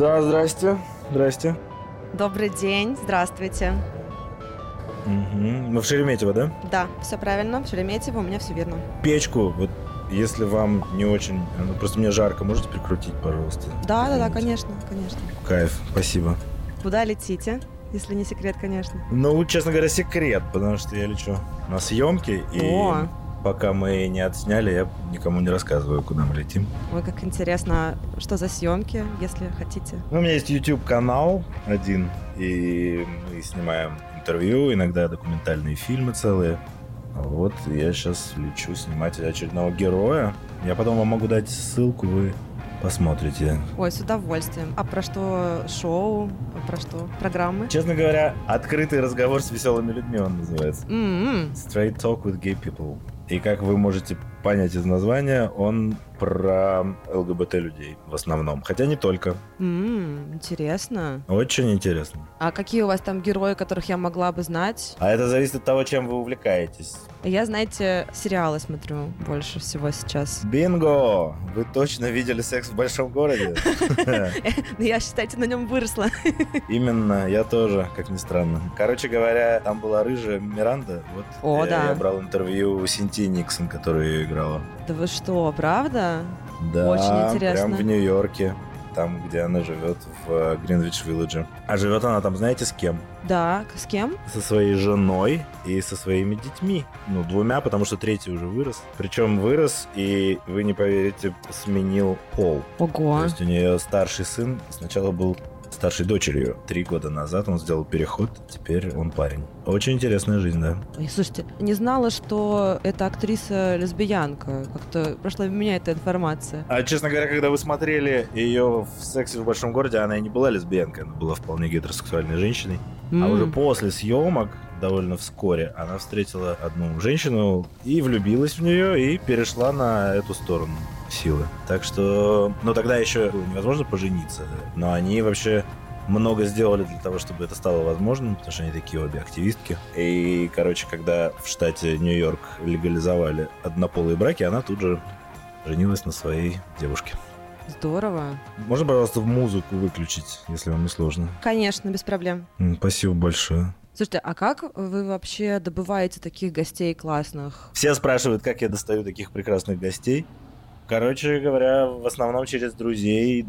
Да, здрасте. Здрасте. Добрый день, здравствуйте. Мы в Шереметьево, да? Да, все правильно, в Шереметьево, у меня все верно. Печку, вот если вам не очень... Просто мне жарко, можете прикрутить, пожалуйста? Да, конечно. Кайф, спасибо. Куда летите, если не секрет, конечно? Ну, честно говоря, секрет, потому что я лечу на съемки, и пока мы не отсняли, я никому не рассказываю, куда мы летим. Ой, как интересно, что за съемки, если хотите? Ну, у меня есть YouTube-канал один, и мы снимаем интервью, иногда документальные фильмы целые. Вот я сейчас лечу снимать очередного героя. Я потом вам могу дать ссылку, вы посмотрите. Ой, с удовольствием. А про что шоу? Про что программы? Честно говоря, открытый разговор с веселыми людьми он называется. Straight Talk with Gay People. И как вы можете понять из названия, он про ЛГБТ-людей в основном. Хотя не только. Интересно. Очень интересно. А какие у вас там герои, которых я могла бы знать? А это зависит от того, чем вы увлекаетесь. Я, знаете, сериалы смотрю больше всего сейчас. Бинго! Вы точно видели «Секс в большом городе»? Я, считайте, на нем выросла. Именно, я тоже, как ни странно. Короче говоря, там была рыжая Миранда. Вот я брал интервью у Синтии Никсон, которая ее играла. Да вы что, правда? Да, очень интересно. Прям в Нью-Йорке. Там, где она живет, в Гринвич-Виллидже. А живет она там, знаете, с кем? Да, с кем? Со своей женой и со своими детьми. Ну, 2, потому что 3 уже вырос. Причем вырос и, вы не поверите, сменил пол. Ого. То есть у нее старший сын сначала был старшей дочерью. 3 года назад он сделал переход, теперь он парень. Очень интересная жизнь, да. Ой, слушайте, не знала, что эта актриса лесбиянка. Как-то прошла мимо меня эта информация. А, честно говоря, когда вы смотрели ее в «Сексе в большом городе», она и не была лесбиянкой, она была вполне гетеросексуальной женщиной. А уже после съемок, довольно вскоре, она встретила одну женщину и влюбилась в нее, и перешла на эту сторону силы. Так что, тогда еще было невозможно пожениться, но они вообще много сделали для того, чтобы это стало возможным, потому что они такие обе активистки. И, когда в штате Нью-Йорк легализовали однополые браки, она тут же женилась на своей девушке. Здорово. Можно, пожалуйста, музыку выключить, если вам не сложно? Конечно, без проблем. Спасибо большое. Слушайте, а как вы вообще добываете таких гостей классных? Все спрашивают, как я достаю таких прекрасных гостей. Короче говоря, в основном через друзей,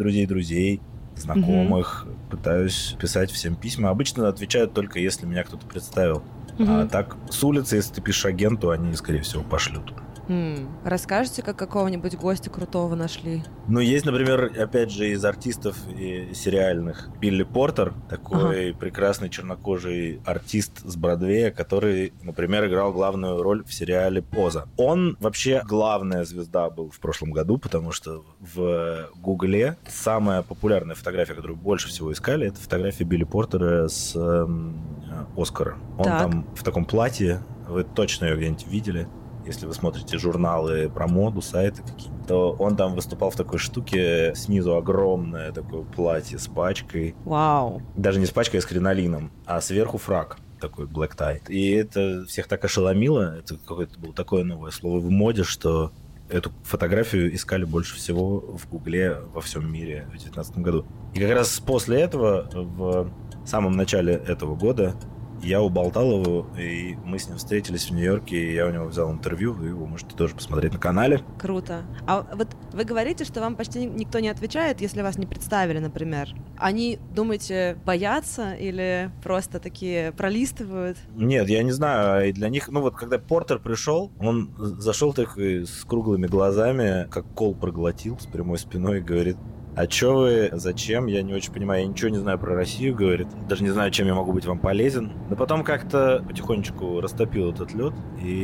знакомых. Пытаюсь писать всем письма. Обычно отвечают только, если меня кто-то представил. А так, с улицы, если ты пишешь агенту, они, скорее всего, пошлют. Расскажете, как какого-нибудь гостя крутого нашли? Есть, например, опять же, из артистов и сериальных Билли Портер, такой прекрасный чернокожий артист с Бродвея, который, например, играл главную роль в сериале «Поза». Он вообще главная звезда был в прошлом году, потому что в Гугле самая популярная фотография, которую больше всего искали, это фотография Билли Портера с Оскара. Он там в таком платье, вы точно ее где-нибудь видели. Если вы смотрите журналы про моду, сайты какие-то, то он там выступал в такой штуке, снизу огромное такое платье с пачкой. Вау. Даже не с пачкой, а с кринолином, а сверху фрак такой black tie. И это всех так ошеломило, это какое-то было такое новое слово в моде, что эту фотографию искали больше всего в Гугле во всем мире в 2019 году. И как раз после этого, в самом начале этого года, я уболтал его, и мы с ним встретились в Нью-Йорке, и я у него взял интервью, вы его можете тоже посмотреть на канале. Круто. А вот вы говорите, что вам почти никто не отвечает, если вас не представили, например. Они, думаете, боятся или просто такие пролистывают? Нет, я не знаю. И для них, когда Портер пришел, он зашел такой с круглыми глазами, как кол проглотил, с прямой спиной, и говорит: а чё вы, зачем, я не очень понимаю, я ничего не знаю про Россию, говорит, даже не знаю, чем я могу быть вам полезен. Но потом как-то потихонечку растопил этот лед,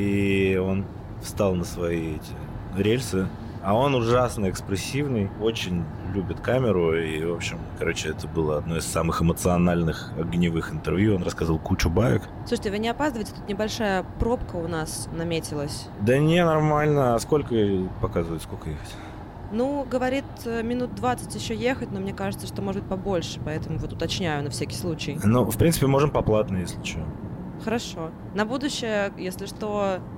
и он встал на свои эти рельсы. А он ужасно экспрессивный, очень любит камеру, и, в общем, это было одно из самых эмоциональных, огневых интервью. Он рассказывал кучу баек. Слушайте, вы не опаздываете? Тут небольшая пробка у нас наметилась. Да не, нормально. А сколько показывают, сколько ехать? Говорит, минут 20 еще ехать, но мне кажется, что может быть побольше, поэтому вот уточняю на всякий случай. В принципе, можем по платной, если что. Хорошо. На будущее, если что,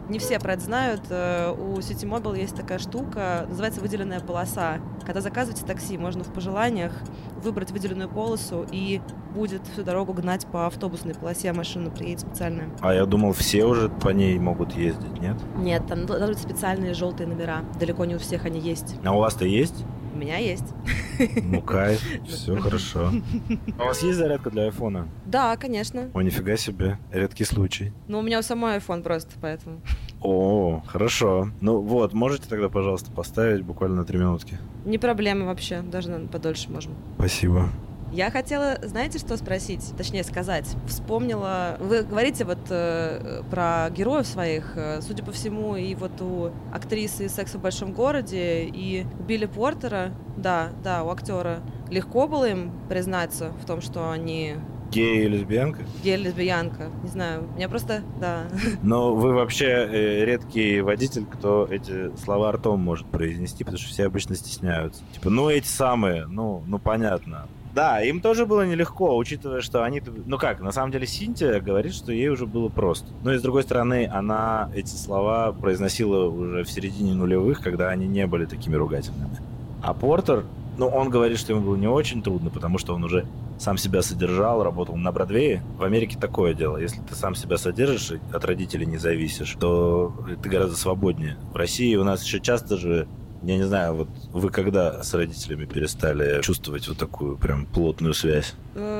не все про это знают. У City Mobile есть такая штука, называется выделенная полоса. Когда заказываете такси, можно в пожеланиях выбрать выделенную полосу, и будет всю дорогу гнать по автобусной полосе, машина приедет специальная. А я думал, все уже по ней могут ездить, нет? Нет, там должны быть специальные желтые номера. Далеко не у всех они есть. А у вас-то есть? У меня есть. Ну, кайф, все хорошо. А у вас есть зарядка для айфона? Да, конечно. О, нифига себе, редкий случай. Но у меня у самой iPhone просто, поэтому... О, хорошо. Ну вот, можете тогда, пожалуйста, поставить буквально на 3 минутки? Не проблема вообще, даже наверное, подольше можем. Спасибо. Я хотела, знаете, что спросить? Точнее, сказать. Вспомнила... Вы говорите вот про героев своих. Судя по всему, и вот у актрисы из «Секса в большом городе», и у Билли Портера, да, у актера, легко было им признаться в том, что они... Гей и лесбиянка? Гей и лесбиянка. Не знаю, меня просто... Да. Но вы вообще редкий водитель, кто эти слова ртом может произнести, потому что все обычно стесняются. Типа, ну эти самые, ну понятно. Да, им тоже было нелегко, учитывая, что они... Ну как, на самом деле Синтия говорит, что ей уже было просто. Но и с другой стороны, она эти слова произносила уже в середине нулевых, когда они не были такими ругательными. А Портер, ну он говорит, что ему было не очень трудно, потому что он уже сам себя содержал, работал на Бродвее. В Америке такое дело. Если ты сам себя содержишь и от родителей не зависишь, то ты гораздо свободнее. В России у нас еще часто же... Я не знаю, вот вы когда с родителями перестали чувствовать вот такую прям плотную связь?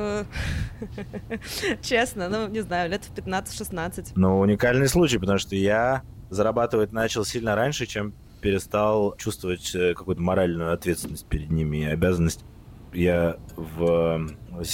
Честно, ну, не знаю, лет в 15-16. Ну, уникальный случай, потому что я зарабатывать начал сильно раньше, чем перестал чувствовать какую-то моральную ответственность перед ними и обязанность. Я в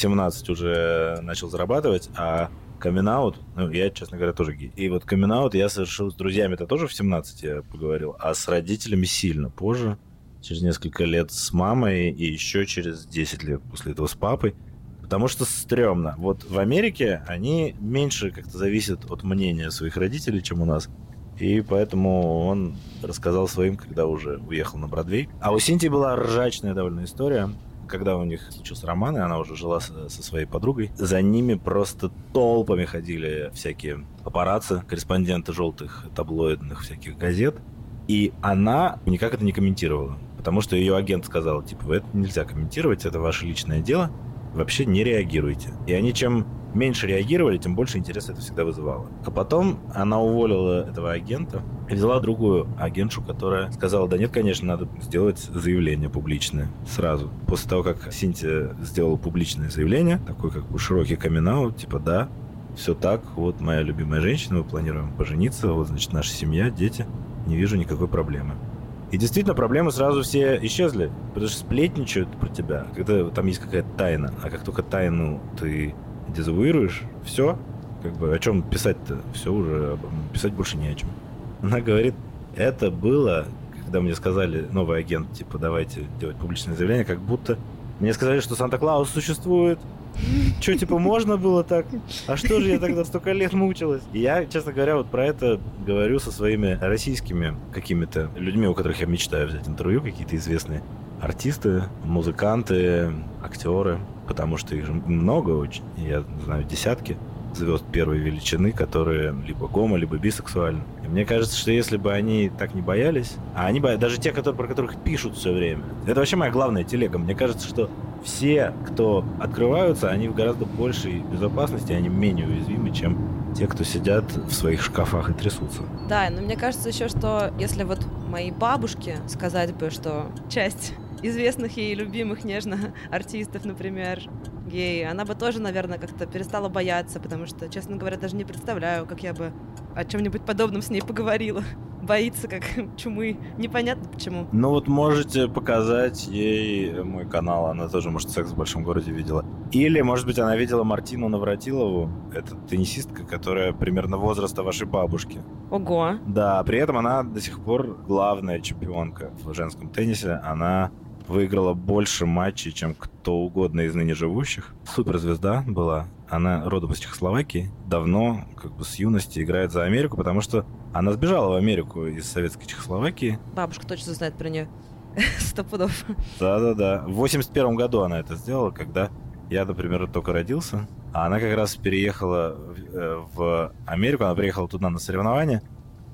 17 уже начал зарабатывать, а камин-аут, ну, я, честно говоря, тоже гей. И вот камин-аут я совершил с друзьями-то тоже в 17 я поговорил, а с родителями сильно позже, через несколько лет с мамой и еще через 10 лет после этого с папой. Потому что стрёмно. Вот в Америке они меньше как-то зависят от мнения своих родителей, чем у нас. И поэтому он рассказал своим, когда уже уехал на Бродвей. А у Синтии была ржачная довольно история. Когда у них случился роман, и она уже жила со своей подругой, за ними просто толпами ходили всякие папарацци, корреспонденты желтых таблоидных всяких газет, и она никак это не комментировала, потому что ее агент сказал, типа, это нельзя комментировать, это ваше личное дело, вообще не реагируйте. И они чем меньше реагировали, тем больше интереса это всегда вызывало. А потом она уволила этого агента и взяла другую агентшу, которая сказала, да нет, конечно, надо сделать заявление публичное сразу. После того, как Синтия сделала публичное заявление, такой как бы широкий камин-аут, типа да, все так, вот моя любимая женщина, мы планируем пожениться, вот, значит, наша семья, дети, не вижу никакой проблемы. И действительно, проблемы сразу все исчезли, потому что сплетничают про тебя, когда там есть какая-то тайна, а как только тайну ты дезавуируешь, все, как бы о чем писать-то, все уже, писать больше не о чем. Она говорит, это было, когда мне сказали, новый агент, типа, давайте делать публичное заявление, как будто мне сказали, что Санта-Клаус существует. Что, типа, можно было так? А что же я тогда столько лет мучилась? И я, честно говоря, вот про это говорю со своими российскими какими-то людьми, у которых я мечтаю взять интервью, какие-то известные артисты, музыканты, актеры, потому что их же много очень. Я знаю десятки звезд первой величины, которые либо гомо, либо бисексуальны. И мне кажется, что если бы они так не боялись, а они боятся, даже те, про которых пишут все время, это вообще моя главная телега. Мне кажется, что все, кто открываются, они в гораздо большей безопасности, они менее уязвимы, чем те, кто сидят в своих шкафах и трясутся. Да, но мне кажется еще, что если вот моей бабушке сказать бы, что часть известных ей любимых нежно артистов, например, геи, она бы тоже, наверное, как-то перестала бояться, потому что, честно говоря, даже не представляю, как я бы о чем-нибудь подобном с ней поговорила. Боится как чумы. Непонятно почему. Ну вот можете показать ей мой канал. Она тоже, может, «Секс в большом городе» видела. Или, может быть, она видела Мартину Навратилову. Это теннисистка, которая примерно возраста вашей бабушки. Ого. Да, при этом она до сих пор главная чемпионка в женском теннисе. Она выиграла больше матчей, чем кто угодно из ныне живущих. Суперзвезда была. Она родом из Чехословакии. Давно, как бы с юности играет за Америку, потому что она сбежала в Америку из советской Чехословакии. Бабушка точно знает про нее. 100 пудов. Да-да-да. В 81 году она это сделала, когда я, например, только родился. А она как раз переехала в Америку. Она приехала туда на соревнования.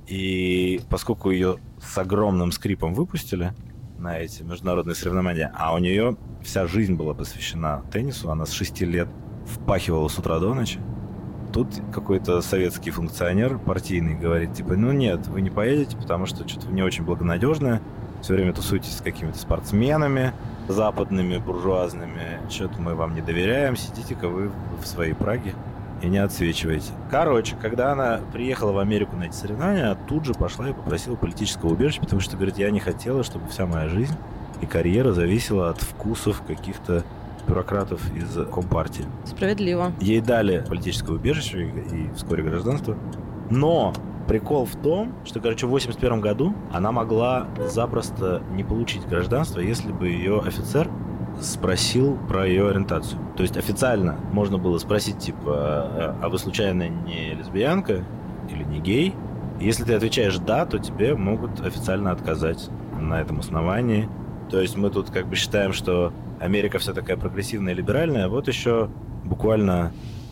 И поскольку ее с огромным скрипом выпустили на эти международные соревнования, а у нее вся жизнь была посвящена теннису, она с 6 лет впахивала с утра до ночи, тут какой-то советский функционер партийный говорит, типа, ну нет, вы не поедете, потому что что-то вы не очень благонадежное, все время тусуетесь с какими-то спортсменами западными, буржуазными, что-то мы вам не доверяем, сидите-ка вы в своей Праге и не отсвечиваете. Короче, когда она приехала в Америку на эти соревнования, тут же пошла и попросила политического убежища, потому что, говорит, я не хотела, чтобы вся моя жизнь и карьера зависела от вкусов каких-то бюрократов из Компартии. Справедливо. Ей дали политическое убежище и вскоре гражданство. Но прикол в том, что, короче, в 1981 году она могла запросто не получить гражданство, если бы ее офицер спросил про ее ориентацию. То есть официально можно было спросить, типа, а вы случайно не лесбиянка или не гей? Если ты отвечаешь «да», то тебе могут официально отказать на этом основании. То есть мы тут как бы считаем, что Америка вся такая прогрессивная и либеральная, вот еще буквально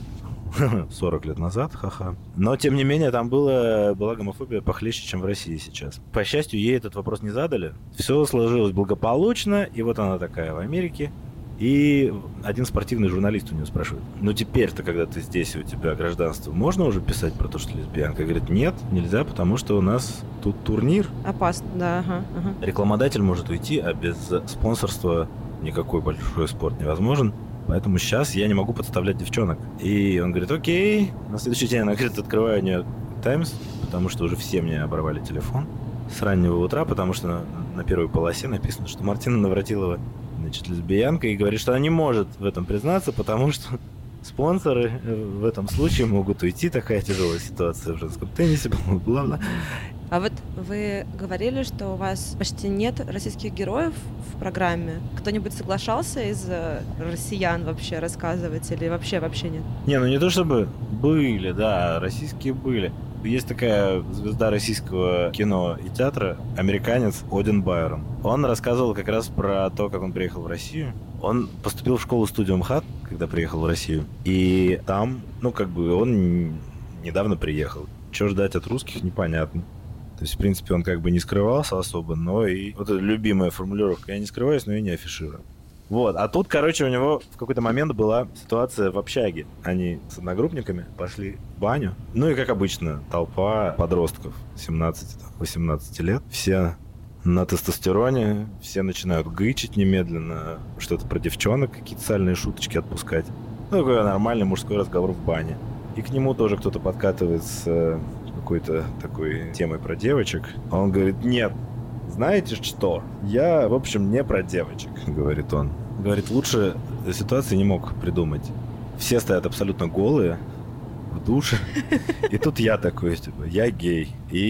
40 лет назад, ха-ха. Но, тем не менее, там была гомофобия похлеще, чем в России сейчас. По счастью, ей этот вопрос не задали. Все сложилось благополучно, и вот она такая в Америке. И один спортивный журналист у нее спрашивает, ну теперь-то, когда ты здесь, и у тебя гражданство, можно уже писать про то, что лесбиянка? Говорит, нет, нельзя, потому что у нас тут турнир. Опасно, да, ага. Рекламодатель может уйти, а без спонсорства никакой большой спорт невозможен. Поэтому сейчас я не могу подставлять девчонок. И он говорит, окей. На следующий день она говорит, открываю у нее Таймс, потому что уже все мне оборвали телефон с раннего утра, потому что на первой полосе написано, что Мартина Навратилова, значит, лесбиянка, и говорит, что она не может в этом признаться, потому что спонсоры в этом случае могут уйти. Такая тяжелая ситуация в женском теннисе, бла-бла-бла. А вот вы говорили, что у вас почти нет российских героев в программе. Кто-нибудь соглашался из россиян вообще рассказывать или вообще нет? Не, ну не то чтобы были, да, российские были. Есть такая звезда российского кино и театра, американец Один Байрон. Он рассказывал как раз про то, как он приехал в Россию. Он поступил в школу-студию МХАТ, когда приехал в Россию. И там, ну, как бы он недавно приехал. Чего ждать от русских, непонятно. То есть, в принципе, он как бы не скрывался особо, но и... Вот это любимая формулировка. Я не скрываюсь, но и не афиширую. Вот. А тут, короче, у него в какой-то момент была ситуация в общаге. Они с одногруппниками пошли в баню. Ну и, как обычно, толпа подростков 17-18 лет. Все на тестостероне, все начинают гычить немедленно, что-то про девчонок, какие-то сальные шуточки отпускать. Ну, такой нормальный мужской разговор в бане. И к нему тоже кто-то подкатывает с какой-то такой темой про девочек. А он говорит, нет, знаете что? Я, в общем, не про девочек, говорит он. Говорит, лучше ситуации не мог придумать. Все стоят абсолютно голые в душе. И тут я такой, типа, я гей.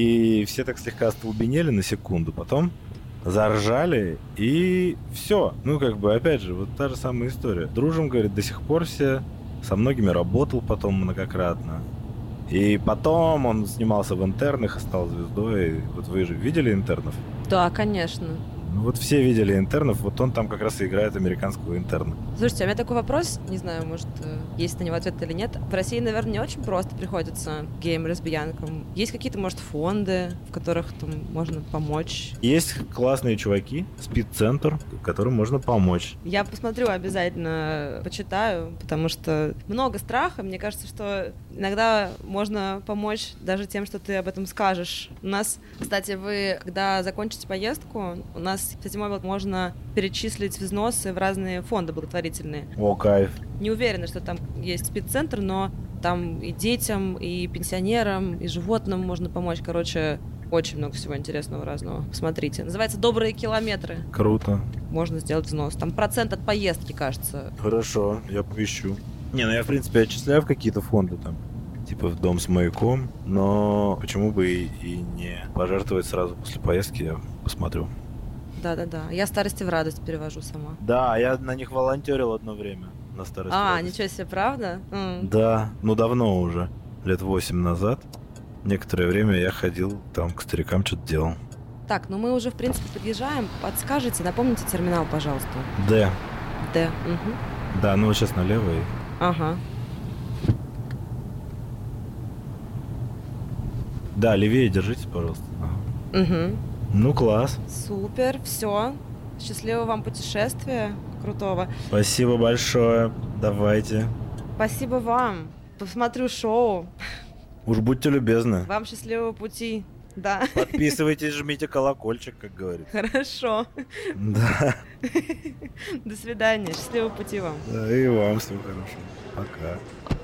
И все так слегка остолбенели на секунду. Потом заржали, и все. Ну, как бы, опять же, вот та же самая история. Дружим, говорит, до сих пор все. Со многими работал потом многократно. И потом он снимался в «Интернах» и стал звездой. Вот вы же видели «Интернов»? Да, конечно. Ну вот все видели «Интернов», вот он там как раз и играет американского интерна. Слушайте, у меня такой вопрос, не знаю, может, есть на него ответ или нет. В России, наверное, не очень просто приходится геям, лесбиянкам. Есть какие-то, может, фонды, в которых там можно помочь? Есть классные чуваки, спид-центр, которым можно помочь. Я посмотрю обязательно, почитаю, потому что много страха. Мне кажется, что иногда можно помочь даже тем, что ты об этом скажешь. У нас, кстати, вы, когда закончите поездку, у нас в Сетимобил можно перечислить взносы в разные фонды благотворительные. О, кайф. Не уверена, что там есть спид-центр, но там и детям, и пенсионерам, и животным можно помочь. Короче, очень много всего интересного разного. Посмотрите. Называется «Добрые километры». Круто. Можно сделать взнос. Там процент от поездки, кажется. Хорошо, я поищу. Не, ну я, в принципе, отчисляю в какие-то фонды там, типа в дом с маяком, но почему бы и не пожертвовать сразу после поездки, я посмотрю. Да-да-да. Я «Старости в радость» перевожу сама. Да, я на них волонтерил одно время. На «Старости в радость». Ничего себе, правда? Да, ну давно уже. Лет 8 назад. Некоторое время я ходил там к старикам, что-то делал. Так, ну мы уже, в принципе, подъезжаем. Подскажите, напомните терминал, пожалуйста. Д. Угу. Да, ну вот сейчас налево и... Да, левее держитесь, пожалуйста. Угу. Ну, класс. Супер, все. Счастливого вам путешествия, крутого. Спасибо большое. Давайте. Спасибо вам. Посмотрю шоу. Уж будьте любезны. Вам счастливого пути. Да. Подписывайтесь, жмите колокольчик, как говорится. Хорошо. Да. До свидания. Счастливого пути вам. Да, и вам всего хорошего. Пока.